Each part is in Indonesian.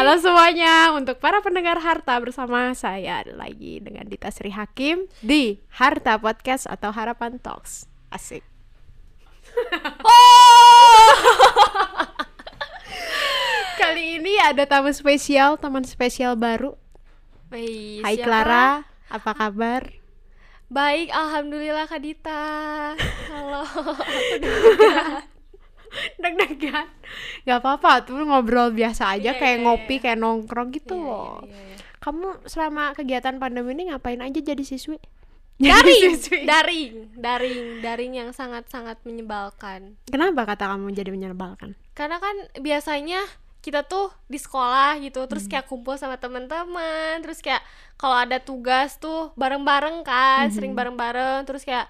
Halo semuanya, untuk para pendengar Harta bersama saya lagi dengan Dita Sri Hakim di Harta Podcast atau Harapan Talks. Asik. Kali ini ada tamu spesial, teman spesial baru. Hai Siapa? Clara, apa kabar? Baik, alhamdulillah Kak Dita. Halo. Deg-degan. Gak apa-apa tuh, ngobrol biasa aja, Iya, kayak iya, ngopi, iya. kayak nongkrong gitu loh. Iya. Kamu selama kegiatan pandemi ini ngapain aja jadi siswi? Daring yang sangat-sangat menyebalkan. Kenapa kata kamu jadi menyebalkan? Karena kan biasanya kita tuh di sekolah gitu, terus kayak kumpul sama teman-teman, terus kayak kalau ada tugas tuh bareng-bareng kan, sering bareng-bareng, terus kayak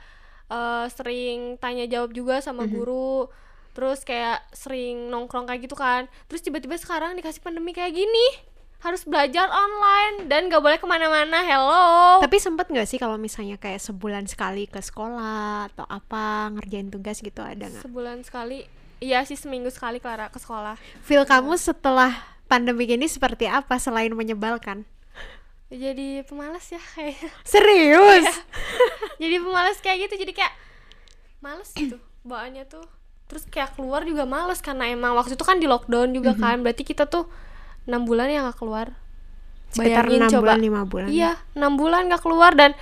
sering tanya jawab juga sama guru. Terus kayak sering nongkrong kayak gitu kan. Terus tiba-tiba sekarang dikasih pandemi kayak gini, harus belajar online dan gak boleh kemana-mana. Hello. Tapi sempet gak sih kalau misalnya kayak sebulan sekali ke sekolah atau apa, ngerjain tugas gitu, ada gak? Sebulan sekali. Iya sih, seminggu sekali Clara ke sekolah. Feel kamu setelah pandemi ini seperti apa selain menyebalkan? Jadi pemalas ya kayaknya. Serius? Jadi pemalas kayak gitu, jadi kayak males gitu bawaannya tuh. Terus kayak keluar juga males karena emang waktu itu kan di lockdown juga kan. Berarti kita tuh 6 bulan ya gak keluar. Sekitar Bayangin 6 coba. bulan, 5 bulan. Iya, 6 bulan gak keluar dan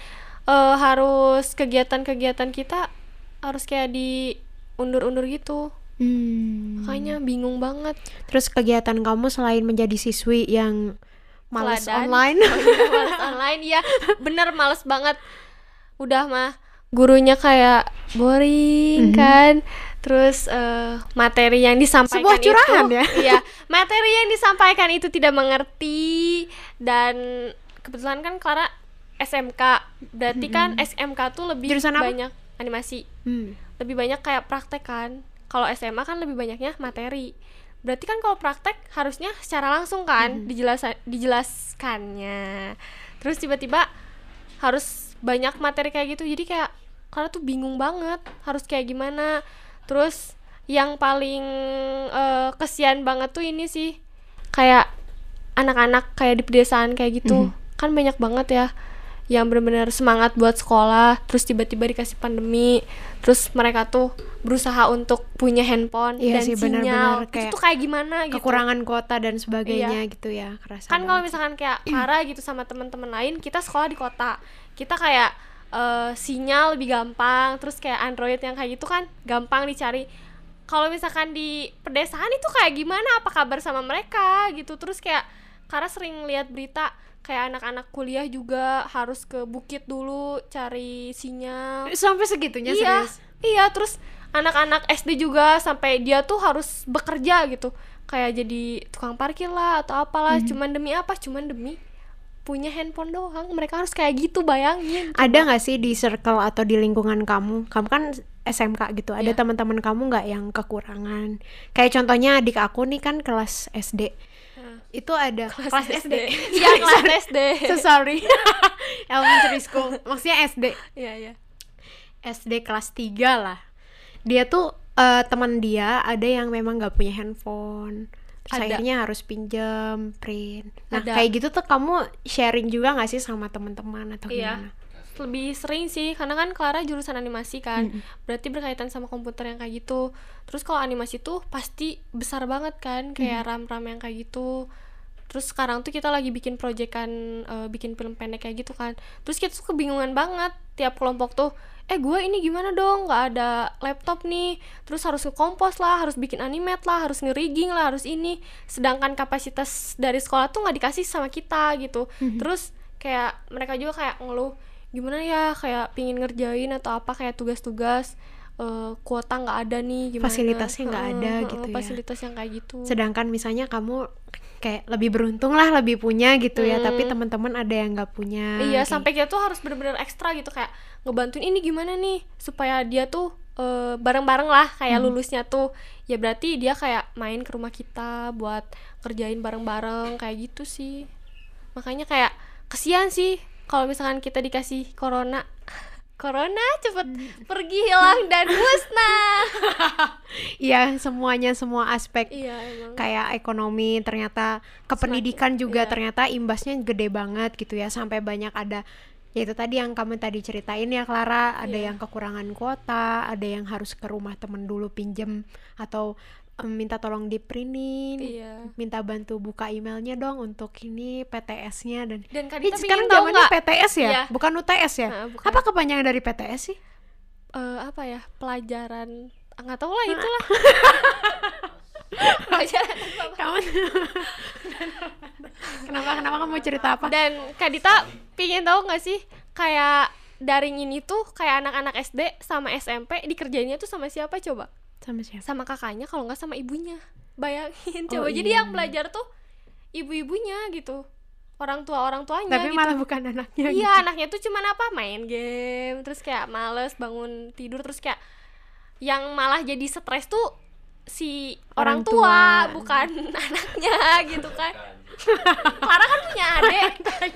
harus kegiatan-kegiatan kita harus kayak diundur-undur gitu. Makanya bingung banget. Terus kegiatan kamu selain menjadi siswi yang males Teladan. online? Males online, ya bener males banget. Udah mah gurunya kayak boring kan. Terus materi yang disampaikan Sebuah curahan itu, ya? Iya, materi yang disampaikan itu tidak mengerti. Dan kebetulan kan Clara SMK, berarti kan SMK tuh lebih Jurusan apa? banyak animasi, lebih banyak kayak praktek kan. Kalau SMA kan lebih banyaknya materi. Berarti kan kalau praktek harusnya secara langsung kan dijelaskannya. Terus tiba-tiba harus banyak materi kayak gitu. Jadi kayak Clara tuh bingung banget harus kayak gimana. Terus yang paling kesian banget tuh ini sih, kayak anak-anak kayak di pedesaan kayak gitu. Kan banyak banget ya yang benar-benar semangat buat sekolah, terus tiba-tiba dikasih pandemi, terus mereka tuh berusaha untuk punya handphone dan sih, sinyal. benar-benar Itu kayak tuh kayak gimana gitu. kekurangan kuota dan sebagainya gitu ya, kerasa Kan kalau banget. misalkan kayak Clara gitu sama teman-teman lain, kita sekolah di kota, kita kayak sinyal lebih gampang, terus kayak Android yang kayak gitu kan gampang dicari. Kalau misalkan di pedesaan itu kayak gimana, apa kabar sama mereka gitu. Terus kayak Clara sering lihat berita kayak anak-anak kuliah juga harus ke bukit dulu cari sinyal. Sampai segitunya Iya, serius? iya. Terus anak-anak SD juga sampai dia tuh harus bekerja gitu, kayak jadi tukang parkir lah atau apalah. Cuman demi apa? Cuman demi punya handphone doang. Mereka harus kayak gitu, bayangin. Ada nggak sih di circle atau di lingkungan kamu kan SMK gitu, ada teman-teman kamu nggak yang kekurangan? Kayak contohnya adik aku nih kan kelas SD. Itu ada kelas SD. Iya, kelas SD. So sorry. Elementary school, maksudnya SD. Iya. SD kelas 3 lah. Dia tuh teman dia ada yang memang nggak punya handphone. Terus Ada. akhirnya harus pinjam, print. Nah, Ada. kayak gitu tuh kamu sharing juga nggak sih sama teman-teman atau Iya. gimana? Lebih sering sih, karena kan Clara jurusan animasi kan, berarti berkaitan sama komputer yang kayak gitu. Terus kalau animasi tuh pasti besar banget kan, kayak RAM-RAM yang kayak gitu. Terus sekarang tuh kita lagi bikin proyekan, bikin film pendek kayak gitu kan. Terus kita tuh kebingungan banget, tiap kelompok tuh, gue ini gimana dong, gak ada laptop nih. Terus harus nge-compose lah, harus bikin animate lah, harus nge-rigging lah, harus ini. Sedangkan kapasitas dari sekolah tuh gak dikasih sama kita gitu. Terus kayak mereka juga kayak ngeluh, gimana ya, kayak pingin ngerjain atau apa, kayak tugas-tugas, kuota nggak ada nih, gimana, Fasilitasnya nggak ada gitu ya. fasilitas yang kayak gitu. Sedangkan misalnya kamu kayak lebih beruntung lah, lebih punya gitu ya, tapi teman-teman ada yang nggak punya. Iya, kayak sampai kita tuh harus benar-benar ekstra gitu, kayak ngebantuin ini gimana nih supaya dia tuh bareng-bareng lah kayak lulusnya tuh. Ya berarti dia kayak main ke rumah kita buat kerjain bareng-bareng kayak gitu sih. Makanya kayak kesian sih kalau misalkan kita dikasih corona. corona cepet pergi, hilang dan musnah. Iya, semua aspek Iya emang. kayak ekonomi ternyata, kependidikan juga iya. ternyata imbasnya gede banget gitu ya, sampai banyak ada ya itu tadi yang kamu tadi ceritain ya Clara, ada Iya. yang kekurangan kuota, ada yang harus ke rumah temen dulu pinjem atau minta tolong diprintin, Iya. minta bantu buka emailnya dong untuk ini PTS-nya dan Dan Kak Dita sekarang pengen tahu zamannya nggak? PTS ya, Iya. bukan UTS ya. Bukan. Apa kepanjangan dari PTS sih? Apa ya, pelajaran nggak tahu lah itulah. Pelajaran apa? Kamu kenapa kamu cerita apa? Dan Kak Dita pengen tahu nggak sih, kayak daring ini tuh kayak anak-anak SD sama SMP dikerjainnya tuh sama siapa coba? Sama siapa? Sama kakaknya, kalau nggak sama ibunya. Bayangin Oh, coba. Jadi iya. yang belajar tuh ibu-ibunya gitu, orang tuanya Tapi gitu. malah bukan anaknya Iya, gitu. anaknya tuh cuman apa, main game, terus kayak males bangun tidur, terus kayak yang malah jadi stres tuh si orang tua, bukan anaknya gitu kan. Clara kan punya adik.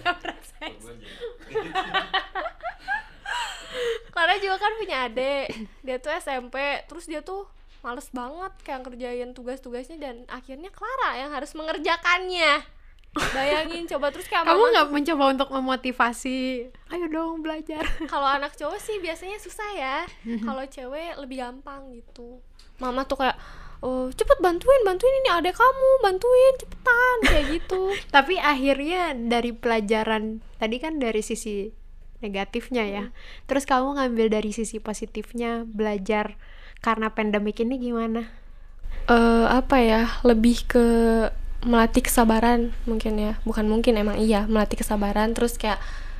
Clara juga kan punya adik. Dia tuh SMP, terus dia tuh males banget kayak ngerjain tugas-tugasnya, dan akhirnya Clara yang harus mengerjakannya. Bayangin coba. Terus kayak Kamu mama, nggak mencoba untuk memotivasi, ayo dong belajar. kalau anak cowok sih biasanya susah ya. Kalau cewek lebih gampang gitu. Mama tuh kayak, oh cepet bantuin ini adek kamu, bantuin cepetan kayak gitu. Tapi akhirnya dari pelajaran tadi kan dari sisi negatifnya ya, terus kamu ngambil dari sisi positifnya belajar karena pandemik ini gimana? Apa ya, lebih ke melatih kesabaran mungkin ya, bukan mungkin, emang iya, melatih kesabaran. Terus kayak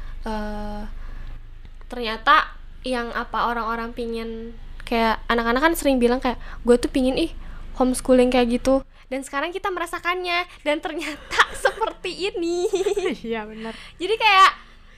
ternyata yang apa orang-orang pingin, kayak anak-anak kan sering bilang kayak, gue tuh pingin homeschooling kayak gitu, dan sekarang kita merasakannya, dan ternyata seperti ini. Iya benar. Jadi kayak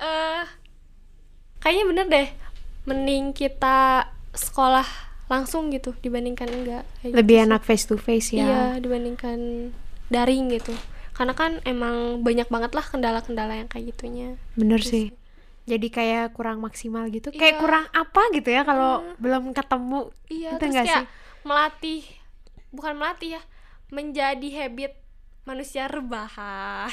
kayaknya bener deh, mending kita sekolah langsung gitu dibandingkan enggak kayak Lebih gitu enak face to face ya. Iya, dibandingkan daring gitu. Karena kan emang banyak banget lah kendala-kendala yang kayak gitunya. Bener Terus, sih. Jadi kayak kurang maksimal gitu. Kayak Iya. kurang apa gitu ya kalau belum ketemu. Iya, Itu terus nggak kayak sih? bukan melatih ya, menjadi habit manusia rebahan.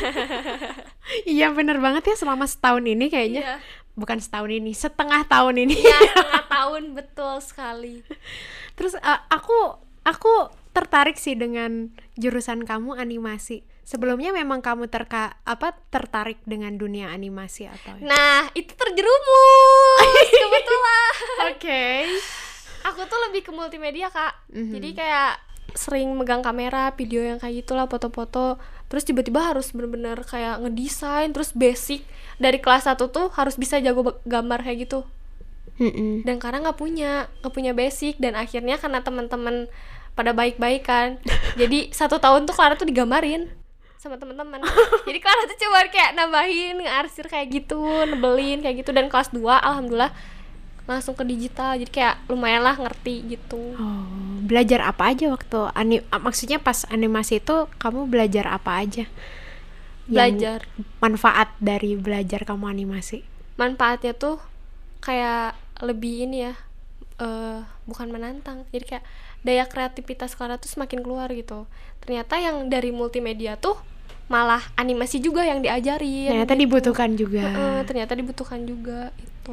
Iya bener banget ya, selama setahun ini kayaknya. Iya. Bukan setahun ini, setengah tahun ini. Iya, setengah tahun, betul sekali. Terus aku tertarik sih dengan jurusan kamu animasi. Sebelumnya memang kamu tertarik dengan dunia animasi atau? Nah, itu terjerumus kebetulan. Oke. Aku tuh lebih ke multimedia, Kak. Jadi kayak sering megang kamera, video yang kayak gitulah, foto-foto. Terus tiba-tiba harus bener-bener kayak ngedesain, terus basic dari kelas 1 tuh harus bisa jago gambar kayak gitu. Dan karena nggak punya basic, dan akhirnya karena teman-teman pada baik-baik kan, jadi 1 tahun tuh Clara tuh digambarin sama teman-teman. Jadi Clara tuh coba kayak nambahin, ngearsir kayak gitu, nebelin kayak gitu. Dan kelas 2 alhamdulillah langsung ke digital, jadi kayak lumayan lah ngerti gitu. Oh, belajar apa aja waktu maksudnya pas animasi itu kamu belajar apa aja? Belajar Manfaat dari belajar kamu animasi. manfaatnya tuh kayak lebih ini ya, bukan menantang, jadi kayak daya kreativitas Clara tuh semakin keluar gitu. Ternyata yang dari multimedia tuh malah animasi juga yang diajarin. Ternyata gitu. dibutuhkan juga. Ternyata dibutuhkan juga itu.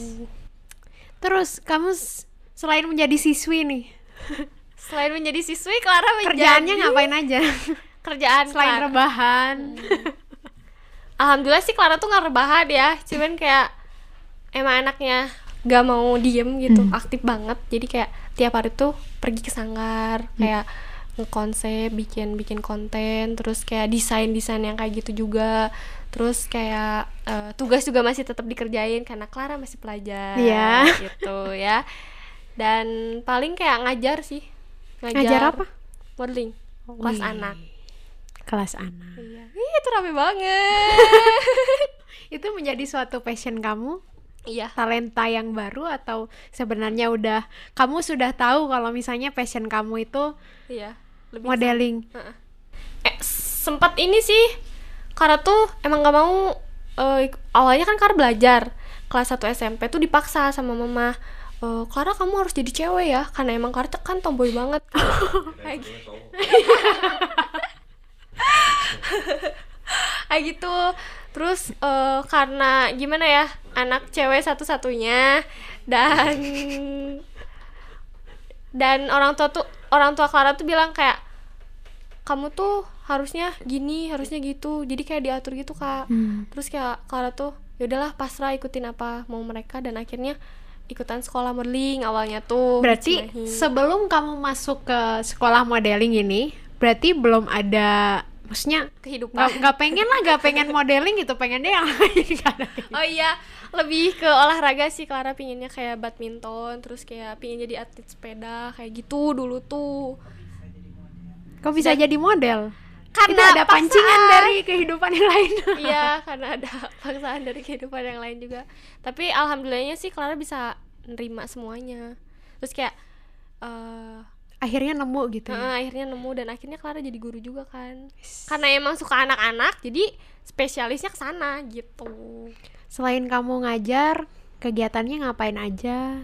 Terus kamu selain menjadi siswi nih, Selain menjadi siswi, Clara menjadi kerjaannya ngapain aja? kerjaan Selain Clara. rebahan. Alhamdulillah sih Clara tuh nggak rebahan ya, cuman kayak emang anaknya gak mau diem gitu, aktif banget. Jadi kayak tiap hari tuh pergi ke sanggar, kayak ngekonsep, bikin konten, terus kayak desain yang kayak gitu juga. Terus kayak tugas juga masih tetap dikerjain karena Clara masih pelajar. Iya. Gitu ya. Dan paling kayak ngajar sih. Ngajar apa? Modeling. Kelas Wih. anak. Kelas anak. Iya. Ih, itu rame banget. Itu menjadi suatu passion kamu? Iya. Talenta yang baru atau sebenarnya kamu sudah tahu kalau misalnya passion kamu itu Iya. Lebih modeling? sempat ini sih, karena tuh emang gak mau awalnya kan karena belajar, kelas 1 SMP tuh dipaksa sama mama, Clara kamu harus jadi cewek ya, karena emang Clara kan tomboy banget. Kayak gitu. Kayak gitu. Terus karena gimana ya, anak cewek satu-satunya, dan orang tua Clara tuh bilang kayak kamu tuh harusnya gini, harusnya gitu, jadi kayak diatur gitu Kak. Terus kayak Clara tuh ya udahlah pasrah, ikutin apa mau mereka, dan akhirnya ikutan sekolah modeling awalnya tuh. Berarti sebelum kamu masuk ke sekolah modeling ini, berarti belum ada, maksudnya kehidupan nggak pengen modeling gitu, pengen deh yang lain kan. Oh iya, lebih ke olahraga sih. Clara pinginnya kayak badminton, terus kayak pingin jadi atlet sepeda kayak gitu dulu tuh. Kok bisa jadi model? Karena itu ada pancingan dari kehidupan yang lain. Iya, karena ada paksaan dari kehidupan yang lain juga. Tapi alhamdulillahnya sih Clara bisa nerima semuanya. Terus kayak akhirnya nemu gitu ya? Akhirnya nemu, dan akhirnya Clara jadi guru juga kan. Karena emang suka anak-anak, jadi spesialisnya ke sana gitu. Selain kamu ngajar, kegiatannya ngapain aja?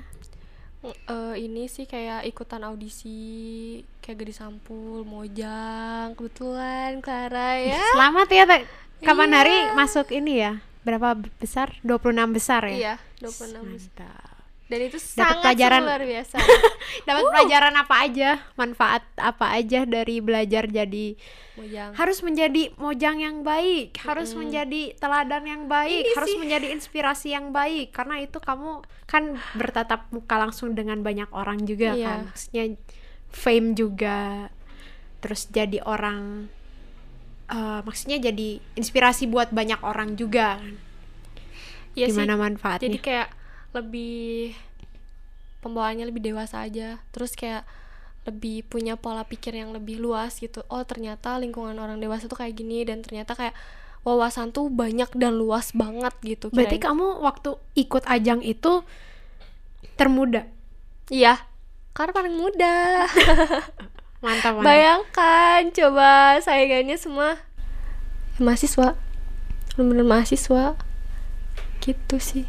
Ini sih kayak ikutan audisi kayak Gadis Sampul, Mojang, kebetulan Clara ya. Selamat ya, kapan hari masuk ini ya? Berapa besar? 26 besar ya? Iya, 26 besar. Dan itu dapet sangat pelajaran luar biasa. Dapat pelajaran apa aja? Manfaat apa aja dari belajar jadi Mojang? Harus menjadi mojang yang baik, harus menjadi teladan yang baik, harus menjadi inspirasi yang baik. Karena itu kamu kan bertatap muka langsung dengan banyak orang juga kan. Maksudnya fame juga. Terus jadi orang, maksudnya jadi inspirasi buat banyak orang juga kan. Iya, gimana sih, manfaatnya? jadi kayak lebih pembawaannya lebih dewasa aja, terus kayak lebih punya pola pikir yang lebih luas gitu. Oh ternyata lingkungan orang dewasa tuh kayak gini, dan ternyata kayak wawasan tuh banyak dan luas banget gitu. Berarti kamu waktu ikut ajang itu termuda? Iya, karena paling muda. Mantap. Bayangkan coba saingannya semua mahasiswa, bener-bener mahasiswa gitu sih.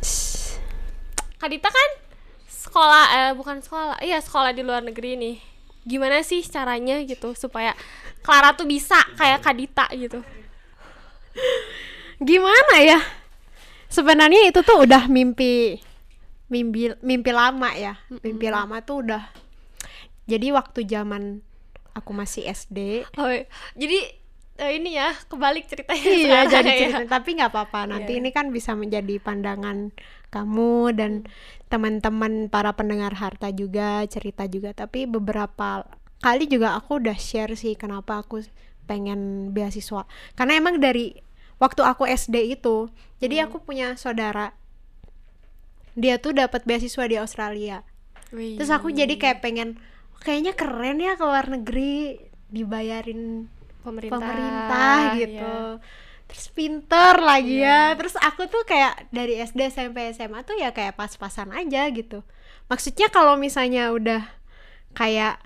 Kadita kan sekolah di luar negeri nih. Gimana sih caranya gitu supaya Clara tuh bisa kayak Kadita gitu? Gimana ya? Sebenarnya itu tuh udah mimpi lama ya. Mimpi lama tuh udah. Jadi waktu zaman aku masih SD. Oh, jadi ini ya kebalik ceritanya. Iya, jadi cerita. Tapi nggak apa-apa. Nanti ini kan bisa menjadi pandangan kamu dan teman-teman para pendengar Harta juga, cerita juga. Tapi beberapa kali juga aku udah share sih kenapa aku pengen beasiswa. Karena emang dari waktu aku SD itu, jadi aku punya saudara, dia tuh dapat beasiswa di Australia. Terus aku jadi kayak pengen, kayaknya keren ya ke luar negeri, dibayarin pemerintah gitu. Terus pinter lagi ya. Terus aku tuh kayak dari SD SMP SMA tuh ya kayak pas-pasan aja gitu. Maksudnya kalau misalnya udah kayak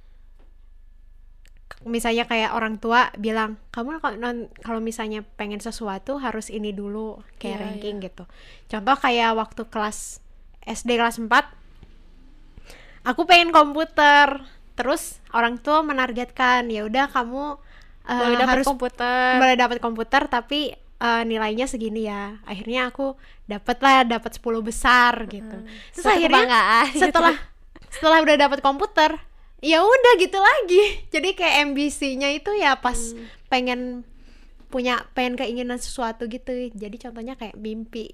orang tua bilang, kamu kalau misalnya pengen sesuatu harus ini dulu, kayak ranking gitu. Contoh kayak waktu kelas SD kelas 4 aku pengen komputer. Terus orang tua menargetkan, ya udah kamu boleh dapat komputer tapi nilainya segini ya. Akhirnya aku dapat 10 besar gitu. Terus akhirnya setelah udah dapat komputer, ya udah gitu lagi. Jadi kayak ambisinya itu ya pas pengen keinginan sesuatu gitu. Jadi contohnya kayak mimpi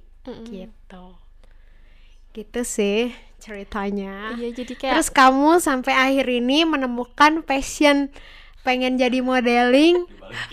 gitu sih ceritanya. Iya, jadi kayak terus kamu sampai akhir ini menemukan passion pengen jadi modeling.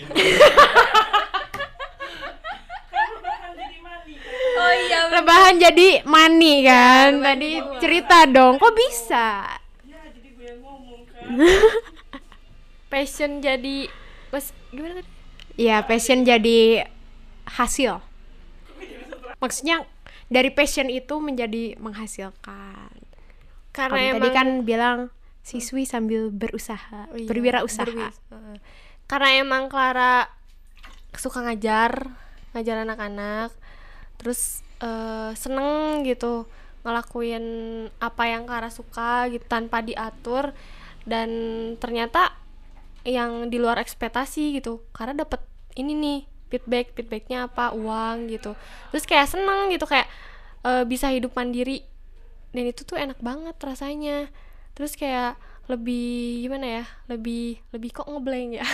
Oh iya, rebahan jadi money kan. Tadi cerita dong, kok bisa? Ya, jadi gue yang ngomong kan. Passion jadi gimana tadi? Iya, passion jadi hasil. Maksudnya dari passion itu menjadi menghasilkan. Karena kamu emang tadi kan bilang siswi sambil berusaha, berwirausaha. Karena emang Clara suka ngajar anak-anak. terus seneng gitu ngelakuin apa yang Kara suka gitu tanpa diatur, dan ternyata yang di luar ekspektasi gitu. Kara dapet ini nih feedbacknya apa, uang gitu, terus kayak seneng gitu, kayak bisa hidup mandiri, dan itu tuh enak banget rasanya. Terus kayak lebih gimana ya, lebih kok ngeblank ya.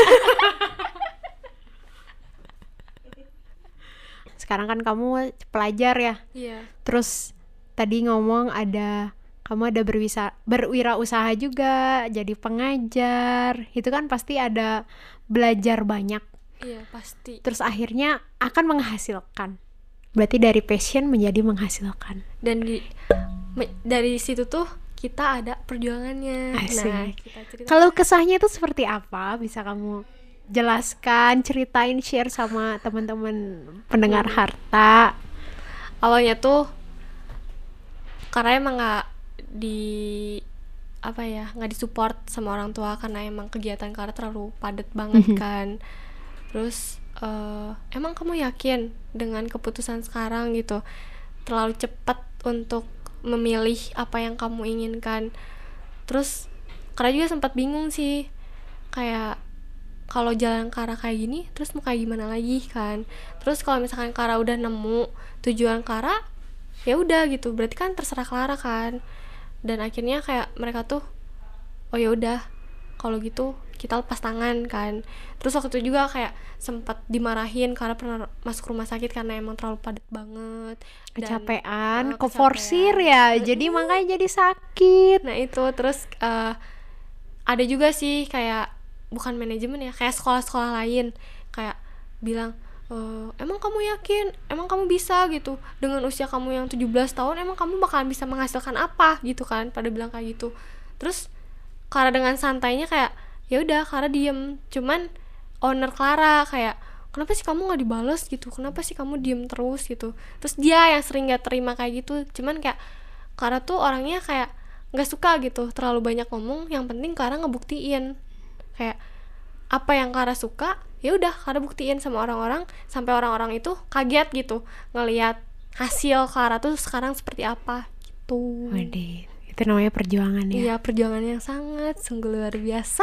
Sekarang kan kamu pelajar ya. Iya. Terus tadi ngomong kamu ada berwirausaha juga, jadi pengajar. Itu kan pasti ada belajar banyak. Iya, pasti. Terus akhirnya akan menghasilkan. Berarti dari passion menjadi menghasilkan. Dan dari situ tuh kita ada perjuangannya. Asik. Nah, kita cerita. Kalau kesahnya itu seperti apa? Bisa kamu jelaskan, ceritain, share sama teman-teman pendengar Harta. Awalnya tuh karena emang nggak disupport sama orang tua, karena emang kegiatan Kara terlalu padat banget kan. Terus emang kamu yakin dengan keputusan sekarang gitu, terlalu cepat untuk memilih apa yang kamu inginkan. Terus Kara juga sempat bingung sih, kayak kalau jalan Kara kayak gini terus mau kayak gimana lagi kan. Terus kalau misalkan Kara udah nemu tujuan Kara, ya udah gitu, berarti kan terserah Kara kan. Dan akhirnya kayak mereka tuh, oh ya udah kalau gitu kita lepas tangan kan. Terus waktu itu juga kayak sempat dimarahin karena pernah masuk rumah sakit karena emang terlalu padat banget, kecapean, keforsir ya, jadi makanya jadi sakit. Nah itu terus ada juga sih kayak bukan manajemen ya, kayak sekolah-sekolah lain kayak bilang, emang kamu yakin, emang kamu bisa gitu, dengan usia kamu yang 17 tahun emang kamu bakalan bisa menghasilkan apa gitu kan, pada bilang kayak gitu. Terus Kara dengan santainya kayak ya udah, Kara diem. Cuman owner Klara kayak, kenapa sih kamu nggak dibales gitu, kenapa sih kamu diem terus gitu. Terus dia yang sering nggak terima kayak gitu. Cuman kayak Kara tuh orangnya kayak nggak suka gitu terlalu banyak ngomong, yang penting Kara ngebuktiin. Kayak apa yang Kara suka ya udah Kara buktiin sama orang-orang, sampai orang-orang itu kaget gitu ngelihat hasil Kara tuh sekarang seperti apa gitu. Waduh, itu namanya perjuangan ya. Iya, perjuangan yang sangat sungguh luar biasa.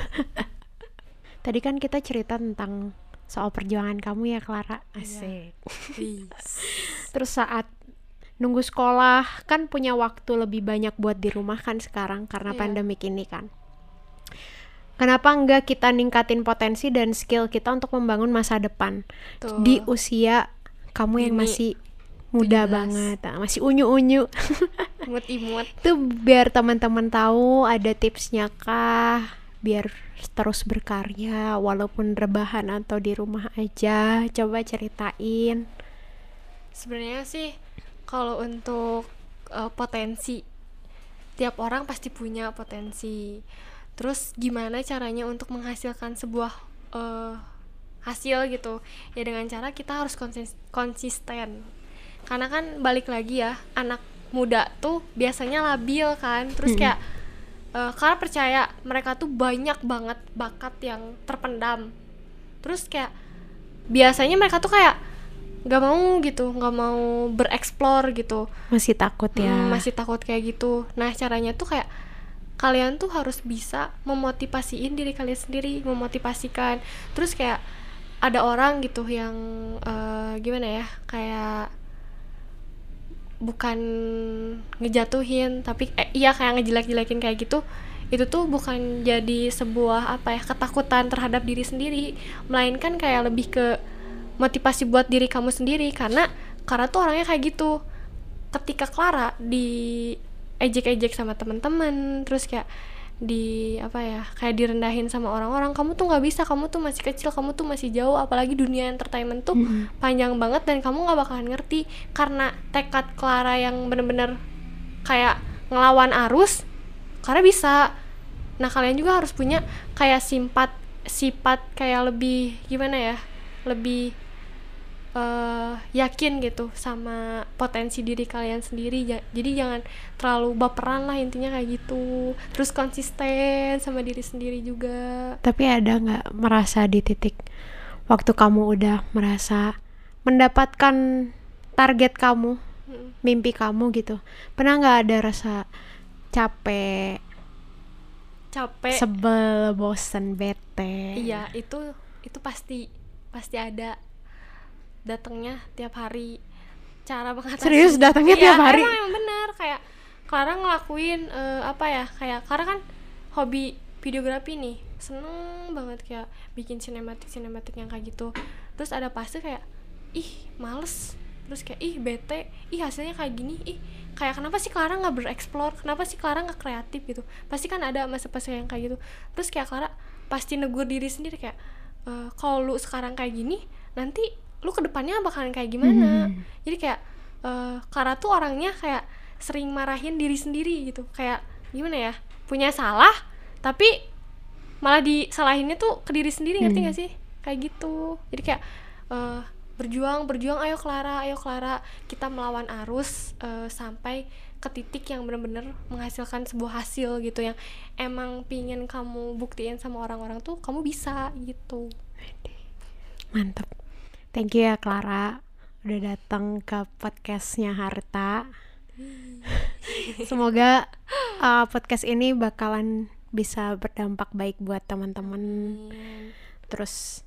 Tadi kan kita cerita tentang soal perjuangan kamu ya, Clara. Asik. Iya. Terus saat nunggu sekolah kan punya waktu lebih banyak buat di rumah kan sekarang karena pandemik ini kan. Kenapa enggak kita ningkatin potensi dan skill kita untuk membangun masa depan di usia kamu yang masih muda 17. banget, masih unyu-unyu. Imut-imut. Itu biar teman-teman tahu ada tipsnya kah, biar terus berkarya walaupun rebahan atau di rumah aja. Coba ceritain. Sebenarnya sih kalau untuk potensi, tiap orang pasti punya potensi. Terus gimana caranya untuk menghasilkan sebuah hasil gitu ya, dengan cara kita harus konsisten. Karena kan balik lagi ya, anak muda tuh biasanya labil kan. Terus kayak karena percaya mereka tuh banyak banget bakat yang terpendam. Terus kayak biasanya mereka tuh kayak nggak mau bereksplor gitu, Masih takut ya. masih takut kayak gitu. Nah caranya tuh kayak kalian tuh harus bisa memotivasiin diri kalian sendiri, memotivasikan. Terus kayak ada orang gitu yang gimana ya, kayak bukan ngejatuhin tapi iya kayak ngejelek-jelekin kayak gitu. Itu tuh bukan jadi sebuah ketakutan terhadap diri sendiri, melainkan kayak lebih ke motivasi buat diri kamu sendiri. Karena tuh orangnya kayak gitu. Ketika Clara di ejek-ejek sama teman-teman, terus kayak kayak direndahin sama orang-orang, kamu tuh nggak bisa, kamu tuh masih kecil, kamu tuh masih jauh, apalagi dunia entertainment tuh panjang banget dan kamu nggak bakalan ngerti. Karena tekad Clara yang bener-bener kayak ngelawan arus, Clara bisa. Nah kalian juga harus punya kayak sifat kayak lebih gimana ya, lebih yakin gitu sama potensi diri kalian sendiri. Jadi jangan terlalu baperan lah, intinya kayak gitu. Terus konsisten sama diri sendiri juga. Tapi ada nggak merasa di titik waktu kamu udah merasa mendapatkan target kamu, mimpi kamu gitu, pernah nggak ada rasa capek, sebel, bosen, bete? Iya, itu pasti ada, datangnya tiap hari. Cara mengatasi, serius datangnya tiap hari? Emang bener, kayak Clara ngelakuin kayak Clara kan hobi videografi nih, seneng banget kayak bikin sinematik yang kayak gitu. Terus ada pasti kayak males, terus kayak bete, hasilnya kayak gini, kayak kenapa sih Clara nggak bereksplor, kenapa sih Clara nggak kreatif gitu. Pasti kan ada masa-masa yang kayak gitu. Terus kayak Clara pasti negur diri sendiri kayak kalau lu sekarang kayak gini, nanti lu kedepannya bakalan kayak gimana. Jadi kayak Clara tuh orangnya kayak sering marahin diri sendiri gitu, kayak gimana ya, punya salah tapi malah disalahinnya tuh ke diri sendiri, ngerti gak sih, kayak gitu. Jadi kayak berjuang, ayo Clara, kita melawan arus sampai ke titik yang benar-benar menghasilkan sebuah hasil gitu, yang emang pingin kamu buktiin sama orang-orang tuh kamu bisa gitu. Mantap, thank you ya Clara udah datang ke podcastnya Harta. Semoga podcast ini bakalan bisa berdampak baik buat teman-teman. Terus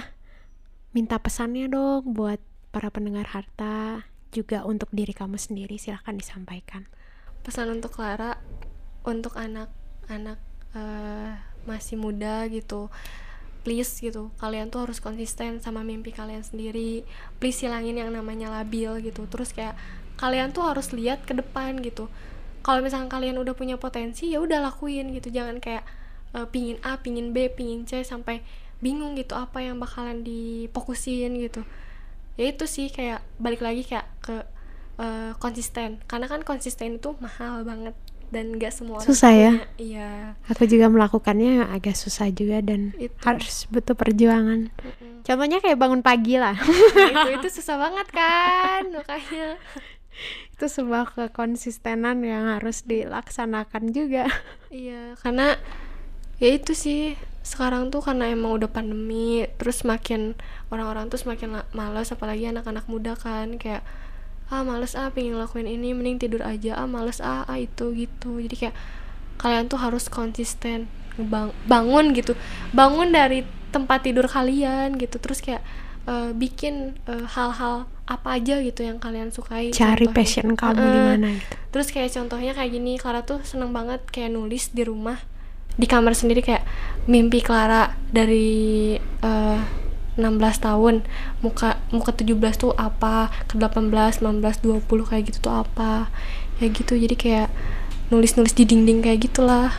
minta pesannya dong buat para pendengar Harta, juga untuk diri kamu sendiri, silahkan disampaikan. Pesan untuk Clara, untuk anak-anak masih muda gitu, please gitu, kalian tuh harus konsisten sama mimpi kalian sendiri. Please hilangin yang namanya labil gitu. Terus kayak kalian tuh harus lihat ke depan gitu. Kalau misalkan kalian udah punya potensi, ya udah lakuin gitu. Jangan kayak pingin A, pingin B, pingin C sampai bingung gitu apa yang bakalan difokusin gitu. Ya itu sih, kayak balik lagi kayak ke konsisten. Karena kan konsisten itu mahal banget dan gak semua orang susah punya. Ya. Iya. Aku juga melakukannya agak susah juga dan harus butuh perjuangan. Contohnya kayak bangun pagi lah. Nah, itu susah banget kan, makanya. Itu sebuah kekonsistenan yang harus dilaksanakan juga. Iya, karena ya itu sih, sekarang tuh karena emang udah pandemi, terus makin orang-orang tuh semakin malas, apalagi anak-anak muda kan, kayak males pengen ngelakuin ini, mending tidur aja, males itu gitu. Jadi kayak kalian tuh harus konsisten bangun gitu, bangun dari tempat tidur kalian gitu, terus kayak bikin hal-hal apa aja gitu yang kalian sukai, cari passion kamu di mana gitu. Terus kayak contohnya kayak gini, Clara tuh seneng banget kayak nulis di rumah, di kamar sendiri, kayak mimpi Clara dari 16 tahun, muka 17 tuh apa, ke 18, 19, 20 kayak gitu tuh apa, ya gitu. Jadi kayak nulis-nulis di dinding kayak gitulah,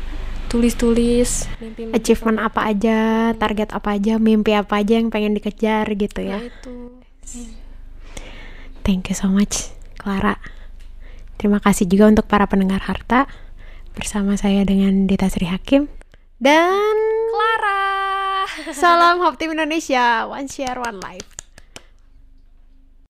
tulis mimpi achievement apa aja, target apa aja, mimpi apa aja yang pengen dikejar gitu ya. Nah, itu. Thank you so much Clara. Terima kasih juga untuk para pendengar Harta. Bersama saya dengan Dita Sri Hakim dan Clara. Salam Hope Team Indonesia, one share one life.